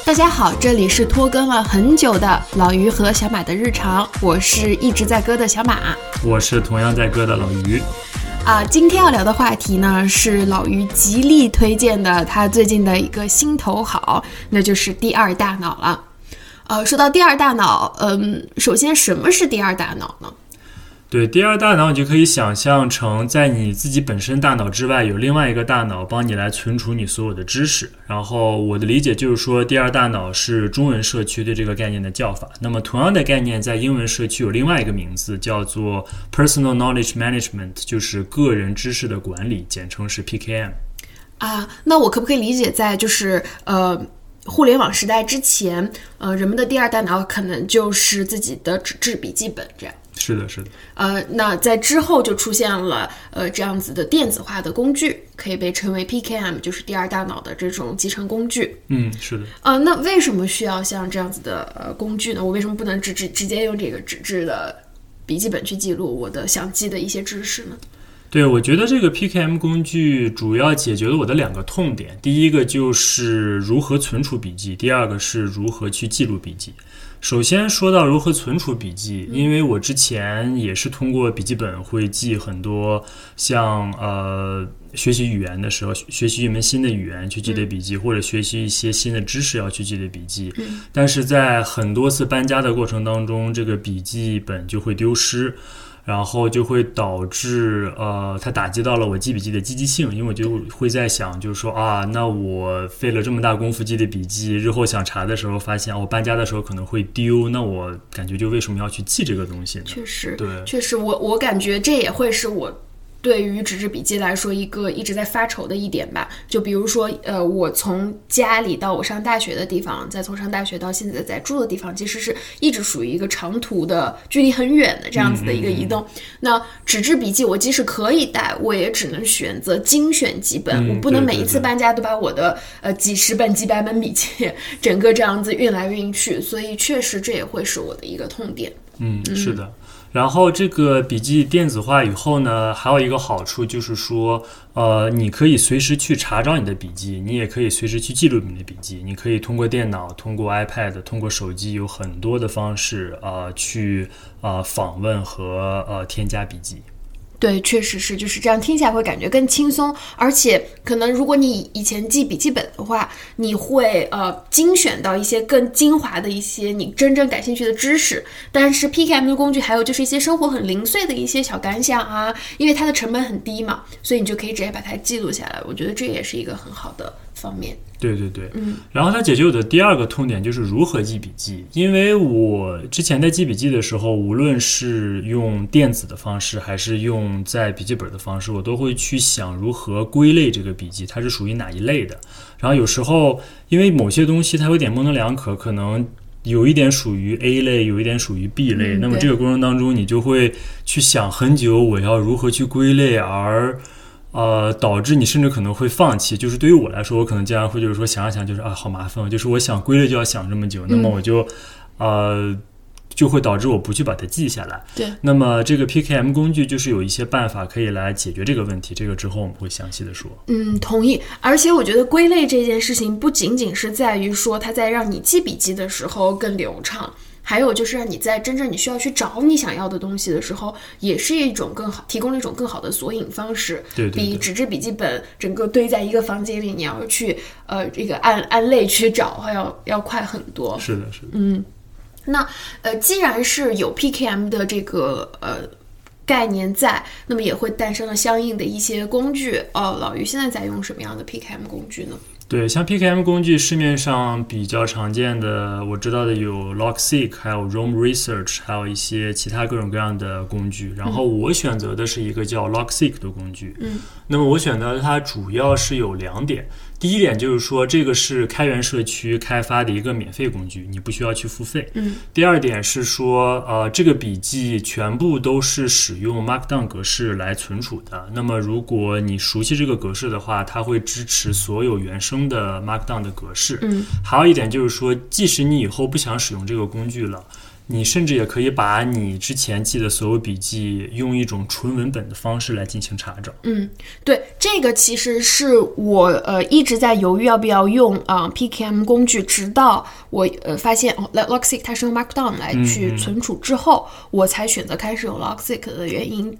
大家好，这里是拖更了很久的老于和小马的日常，我是一直在歌的小马， 我是同样在歌的老于。 今天要聊的话题呢是老于极力推荐的他最近的一个心头好，那就是第二大脑了。说到第二大脑，首先什么是第二大脑呢？ 对，第二大脑你就可以想象成在你自己本身大脑之外有另外一个大脑帮你来存储你所有的知识。然后我的理解就是说，第二大脑是中文社区对这个概念的叫法。那么同样的概念在英文社区有另外一个名字，叫做 Personal Knowledge Management， 就是个人知识的管理，简称是 PKM。 那我可不可以理解在就是互联网时代之前，人们的第二大脑可能就是自己的纸质笔记本这样？ 是的，是的。 那在之后就出现了这样子的电子化的工具，可以被称为 PKM， 就是第二大脑的这种集成工具。 是的。 那为什么需要像这样子的工具呢？我为什么不能直接用这个纸质的笔记本去记录我的详记的一些知识呢？ 对，我觉得这个 PKM 工具主要解决了我的两个痛点，第一个就是如何存储笔记，第二个是如何去记录笔记。首先说到如何存储笔记，因为我之前也是通过笔记本会记很多像学习语言的时候，学习一门新的语言去记的笔记，或者学习一些新的知识要去记的笔记。但是在很多次搬家的过程当中，这个笔记本就会丢失，然后就会导致它打击到了我记笔记的积极性，因为我就会在想，就是说那我费了这么大功夫记的笔记，日后想查的时候发现我搬家的时候可能会丢，那我感觉就为什么要去记这个东西呢？ 确实， 对， 确实，我感觉这也会是我对于纸质笔记来说一个一直在发愁的一点吧。就比如说我从家里到我上大学的地方，再从上大学到现在在住的地方，其实是一直属于一个长途的距离很远的这样子的一个移动。那纸质笔记我即使可以带，我也只能选择精选几本，我不能每一次搬家都把我的几十本几百本笔记整个这样子运来运去，所以确实这也会是我的一个痛点。 是的。然后这个笔记电子化以后呢，还有一个好处就是说，你可以随时去查找你的笔记，你也可以随时去记录你的笔记。你可以通过电脑、通过 iPad、通过手机，有很多的方式去访问和添加笔记。 对，确实是，就是这样听起来会感觉更轻松，而且可能如果你以前记笔记本的话，你会精选到一些更精华的一些你真正感兴趣的知识。但是 PKM 的工具还有就是一些生活很零碎的一些小感想因为它的成本很低嘛，所以你就可以直接把它记录下来。我觉得这也是一个很好的方面。 对对对，然后它解决我的第二个痛点就是如何记笔记。因为我之前在记笔记的时候，无论是用电子的方式还是用在笔记本的方式，我都会去想如何归类这个笔记，它是属于哪一类的。然后有时候因为某些东西它有点模棱两可，可能有一点属于 A 类，有一点属于 B 类，那么这个过程当中你就会去想很久，我要如何去归类，而导致你甚至可能会放弃。就是对于我来说，我可能经常会就是说想一想，就是好麻烦，就是我想归类就要想这么久，那么我就会导致我不去把它记下来。 对， 那么这个 PKM 工具就是有一些办法可以来解决这个问题，这个之后我们会详细的说。 同意。而且我觉得归类这件事情不仅仅是在于说它在让你记笔记的时候更流畅，还有就是让你在真正你需要去找你想要的东西的时候，也是一种更好，提供了一种更好的索引方式。 对， 比纸质笔记本整个堆在一个房间里，你要去这个按类去找要快很多。 是的，是的。 那既然是有 PKM 的这个概念在，那么也会诞生了相应的一些工具。老于现在在用什么样的 PKM 工具呢？ 对，像 PKM 工具市面上比较常见的，我知道的有 Logseq， 还有 Roam Research， 还有一些其他各种各样的工具。然后我选择的是一个叫 Logseq 的工具。那么我选择它主要是有两点。第一点就是说，这个是开源社区开发的一个免费工具，你不需要去付费。第二点是说，这个笔记全部都是使用 Markdown 格式来存储的。那么如果你熟悉这个格式的话，它会支持所有原生的 Markdown 的格式。还有一点就是说，即使你以后不想使用这个工具了， 你甚至也可以把你之前记的所有笔记用一种纯文本的方式来进行查找。 对，这个其实是我一直在犹豫要不要用PKM 工具，直到我发现Logseq 它是用 Markdown 来去存储之后，我才选择开始用 Logseq 的原因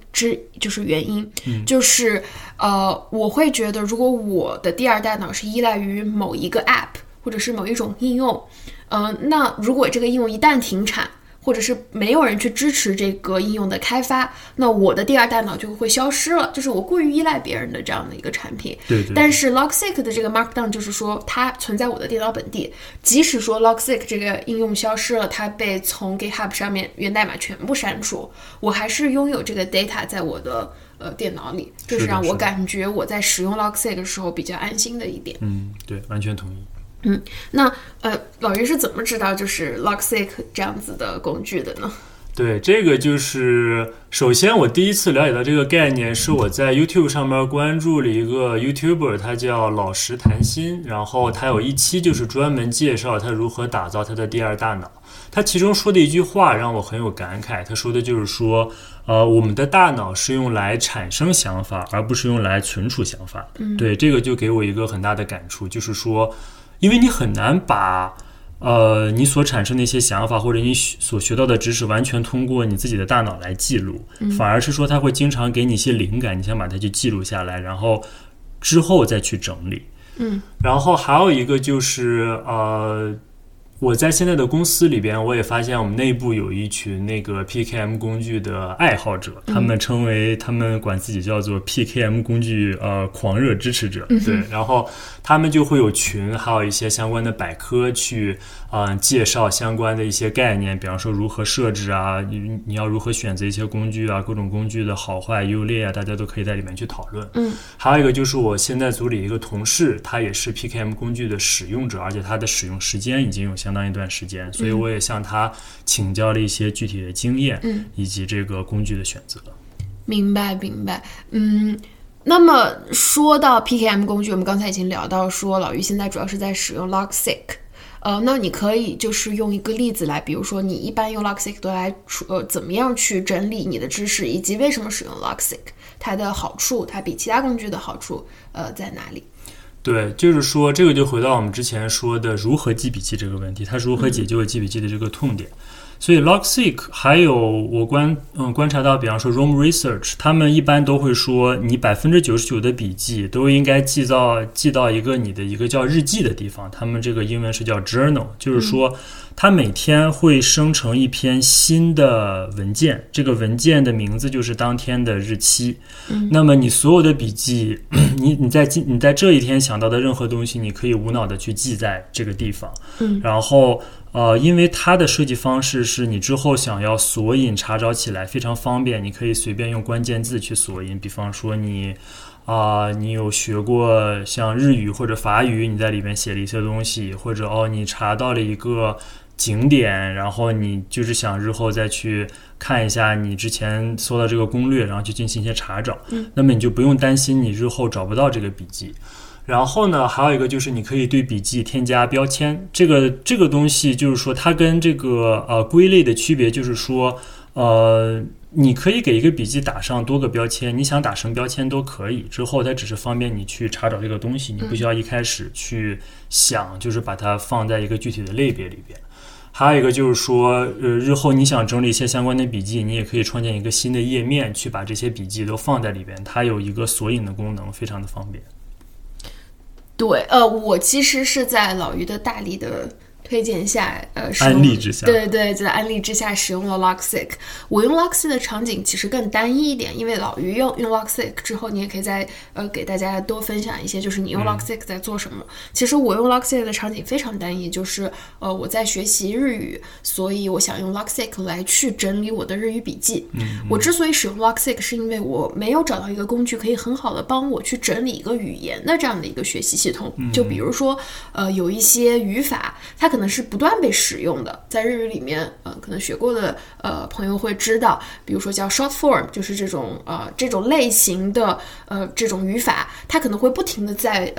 就是我会觉得如果我的第二大脑是依赖于某一个 App 或者是某一种应用，那如果这个应用一旦停产，或者是没有人去支持这个应用的开发，那我的第二大脑就会消失了，就是我过于依赖别人的这样的一个产品。 对。 但是 Logseq 的这个 Markdown 就是说它存在我的电脑本地，即使说 Logseq 这个应用消失了，它被从 GitHub 上面源代码全部删除，我还是拥有这个 data 在我的电脑里，这是让我感觉我在使用 Logseq 的时候比较安心的一点。 对，完全同意。 那老于是怎么知道就是 Logseq 这样子的工具的呢？ 对，这个就是首先我第一次了解到这个概念是我在 YouTube 上面关注了一个 YouTuber， 他叫老石谈心，然后他有一期就是专门介绍他如何打造他的第二大脑。他其中说的一句话让我很有感慨，他说的就是说我们的大脑是用来产生想法而不是用来存储想法。对，这个就给我一个很大的感触，就是说因为你很难把你所产生的一些想法或者你所学到的知识完全通过你自己的大脑来记录，反而是说它会经常给你一些灵感，你想把它去记录下来，然后之后再去整理。然后还有一个就是我在现在的公司里边，我也发现我们内部有一群那个 PKM 工具的爱好者，他们管自己叫做 PKM 工具狂热支持者。对，然后他们就会有群，还有一些相关的百科去介绍相关的一些概念，比方说如何设置啊，你要如何选择一些工具啊，各种工具的好坏优劣啊，大家都可以在里面去讨论。还有一个就是我现在组里一个同事，他也是 PKM 工具的使用者，而且他的使用时间已经有相当一段时间，所以我也向他请教了一些具体的经验，以及这个工具的选择。 明白。那么说到 PKM 工具，我们刚才已经聊到说老于现在主要是在使用 Logseq，那你可以就是用一个例子来，比如说你一般用 Logseq 来怎么样去整理你的知识，以及为什么使用 Logseq， 它的好处，它比其他工具的好处在哪里？ 对，就是说这个就回到我们之前说的如何记笔记这个问题，它如何解救记笔记的这个痛点。所以 Logseq 还有我观察到，比方说 Roam Research， 他们一般都会说你99%的笔记都应该记到一个你的一个叫日记的地方，他们这个英文是叫 journal， 就是说它每天会生成一篇新的文件，这个文件的名字就是当天的日期。那么你所有的笔记，你在这一天想到的任何东西，你可以无脑的去记在这个地方。然后因为它的设计方式是你之后想要索引查找起来非常方便，你可以随便用关键字去索引，比方说你有学过像日语或者法语，你在里面写了一些东西，或者你查到了一个景点，然后你就是想日后再去看一下你之前搜到这个攻略，然后去进行一些查找，那么你就不用担心你日后找不到这个笔记。然后呢，还有一个就是你可以对笔记添加标签，这个东西就是说它跟这个归类的区别就是说你可以给一个笔记打上多个标签，你想打什么标签都可以，之后它只是方便你去查找这个东西，你不需要一开始去想就是把它放在一个具体的类别里边。还有一个就是说日后你想整理一些相关的笔记，你也可以创建一个新的页面去把这些笔记都放在里边，它有一个索引的功能，非常的方便。 对，我其实是在老于的大力的推荐下， 安利之下， 对，在安利之下使用了 Logseq。我用 Logseq 的场景其实更单一一点，因为老于用 Logseq 之后，你也可以再给大家多分享一些，就是你用 Logseq 在做什么。其实我用 Logseq 的场景非常单一，就是我在学习日语，所以我想用 Logseq 来去整理我的日语笔记。我之所以使用 Logseq， 是因为我没有找到一个工具可以很好的帮我去整理一个语言的这样的一个学习系统。就比如说有一些语法，它可能是不断被使用的，在日语里面可能学过的朋友会知道，比如说叫 short form， 就是这种类型的这种语法，它可能会不停的在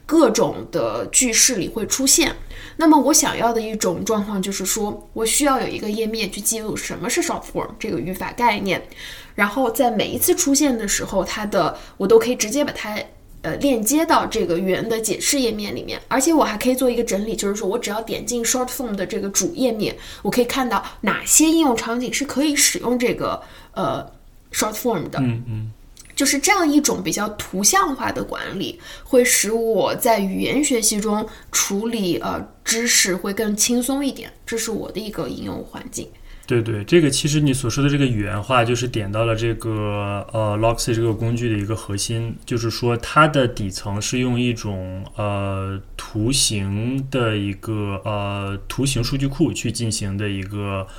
各种的句式里会出现。那么我想要的一种状况就是说，我需要有一个页面去记录什么是 short form 这个语法概念，然后在每一次出现的时候，我都可以直接把它链接到这个语言的解释页面里面，而且我还可以做一个整理，就是说我只要点进 short form 的这个主页面，我可以看到哪些应用场景是可以使用这个short form 的。就是这样一种比较图像化的管理，会使我在语言学习中处理知识会更轻松一点，这是我的一个应用环境。 对对，这个其实你所说的这个语言化，就是点到了这个Loxic 这个工具的一个核心，就是说它的底层是用一种图形的一个图形数据库去进行的一个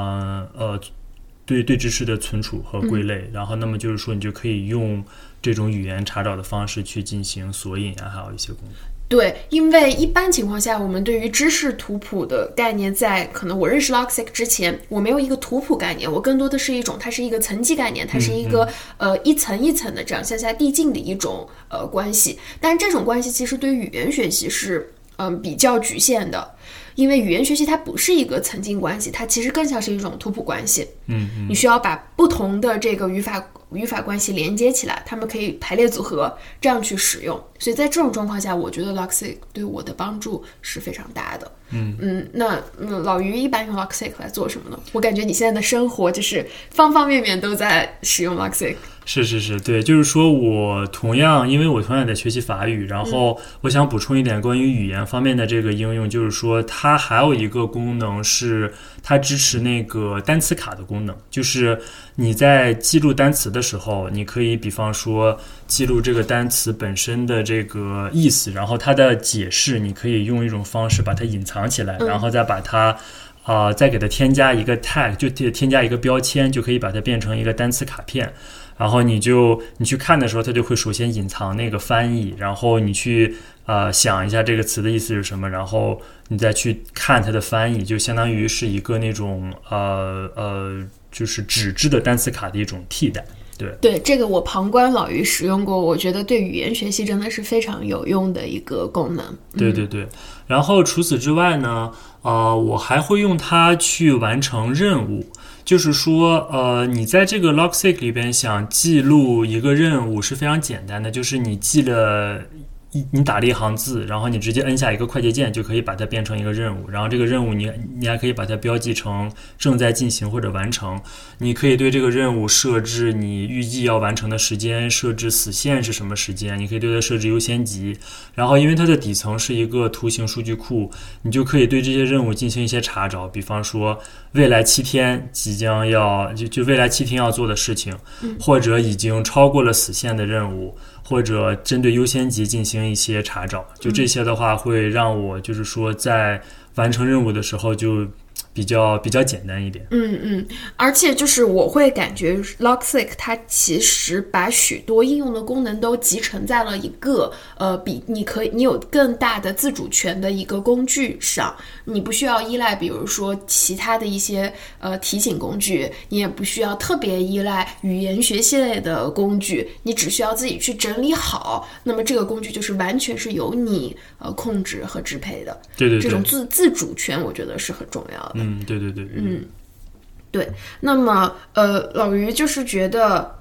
对知识的存储和归类，然后那么就是说你就可以用这种语言查找的方式去进行索引啊，还有一些功能。 对，因为一般情况下，我们对于知识图谱的概念，在可能我认识 Loxic 之前，我没有一个图谱概念，我更多的是它是一个层级概念，它是一个一层一层的这样向下递进的一种关系。但是这种关系其实对于语言学习是比较局限的，因为语言学习它不是一个层级关系，它其实更像是一种图谱关系。你需要把不同的这个语法关系连接起来，它们可以排列组合，这样去使用。所以在这种状况下，我觉得 Loxic 对我的帮助是非常大的。那老于一般用 Loxic 来做什么呢？我感觉你现在的生活就是方方面面都在使用 Loxic。 是，对，就是说我同样也在学习法语，然后我想补充一点关于语言方面的这个应用，就是说它还有一个功能是它支持那个单词卡的功能，就是你在记录单词的时候，你可以比方说记录这个单词本身的这个意思，然后它的解释你可以用一种方式把它隐藏起来，然后再把它再给它添加一个 tag， 就添加一个标签，就可以把它变成一个单词卡片。然后你去看的时候，它就会首先隐藏那个翻译，然后你去想一下这个词的意思是什么，然后你再去看它的翻译，就相当于是一个那种就是纸质的单词卡的一种替代。对， 这个我旁观老于使用过，我觉得对语言学习真的是非常有用的一个功能。 对，然后除此之外呢，我还会用它去完成任务。就是说，你在这个 Loxic 里边想记录一个任务是非常简单的，就是你打了一行字，然后你直接摁下一个快捷键就可以把它变成一个任务，然后这个任务你还可以把它标记成正在进行或者完成，你可以对这个任务设置你预计要完成的时间，设置死线是什么时间，你可以对它设置优先级，然后因为它的底层是一个图形数据库，你就可以对这些任务进行一些查找，比方说未来7天即将要就未来7天要做的事情，或者已经超过了死线的任务，或者针对优先级进行一些查找，就这些的话会让我就是说在完成任务的时候就比较简单一点。 而且就是我会感觉 Loxic 它其实把许多应用的功能都集成在了一个比你有更大的自主权的一个工具上，你不需要依赖比如说其他的一些提醒工具，你也不需要特别依赖语言学习类的工具，你只需要自己去整理好，那么这个工具就是完全是由你控制和支配的。 对， 这种自主权我觉得是很重要的。 对， 那么老于就是觉得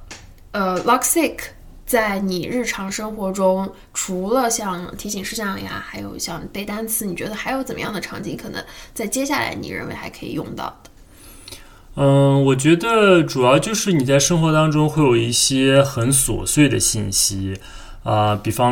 Loxic 在你日常生活中除了像提醒事项呀，还有像背单词，你觉得还有怎么样的场景可能在接下来你认为还可以用到的？ 我觉得主要就是你在生活当中会有一些很琐碎的信息，比方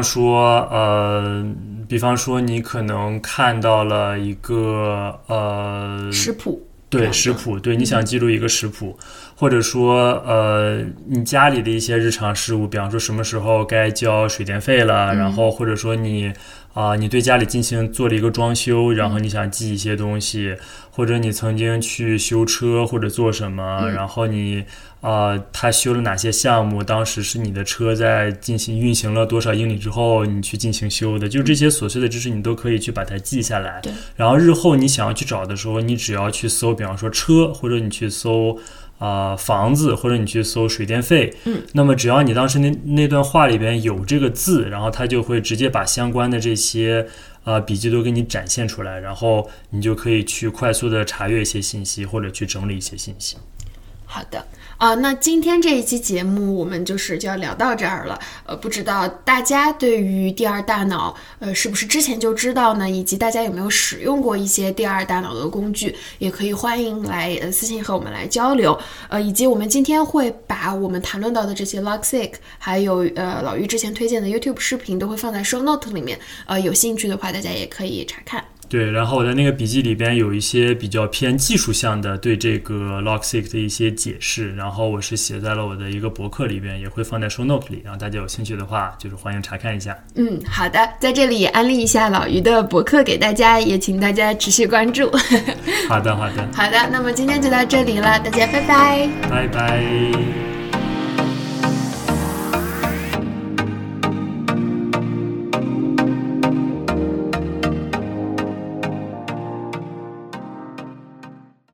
说你可能看到了一个食谱。 对，食谱，对，你想记录一个食谱，或者说你家里的一些日常事务，比方说什么时候该交水电费了，然后或者说你对家里做了一个装修，然后你想记一些东西，或者你曾经去修车或者做什么，然后你他修了哪些项目，当时是你的车在运行了多少英里之后你去进行修的，就这些琐碎的知识你都可以去把它记下来。然后日后你想要去找的时候，你只要去搜比方说车，或者你去搜房子，或者你去搜水电费，那么只要你当时那段话里边有这个字，然后它就会直接把相关的这些笔记都给你展现出来，然后你就可以去快速的查阅一些信息，或者去整理一些信息。 好的那今天这一期节目我们就要聊到这儿了。不知道大家对于第二大脑是不是之前就知道呢？以及大家有没有使用过一些第二大脑的工具？也可以欢迎来私信和我们来交流。以及我们今天会把我们谈论到的这些 Logseq， 还有老于之前推荐的 YouTube 视频都会放在 show note 里面。有兴趣的话，大家也可以查看。 对，然后我的那个笔记里边有一些比较偏技术向的对这个 Logseq 的一些解释，然后我是写在了我的一个博客里边，也会放在 show note 里，然后大家有兴趣的话就是欢迎查看一下。 好的，在这里也安利一下老于的博客给大家，也请大家持续关注。 好的， 那么今天就到这里了，大家拜拜。 拜拜。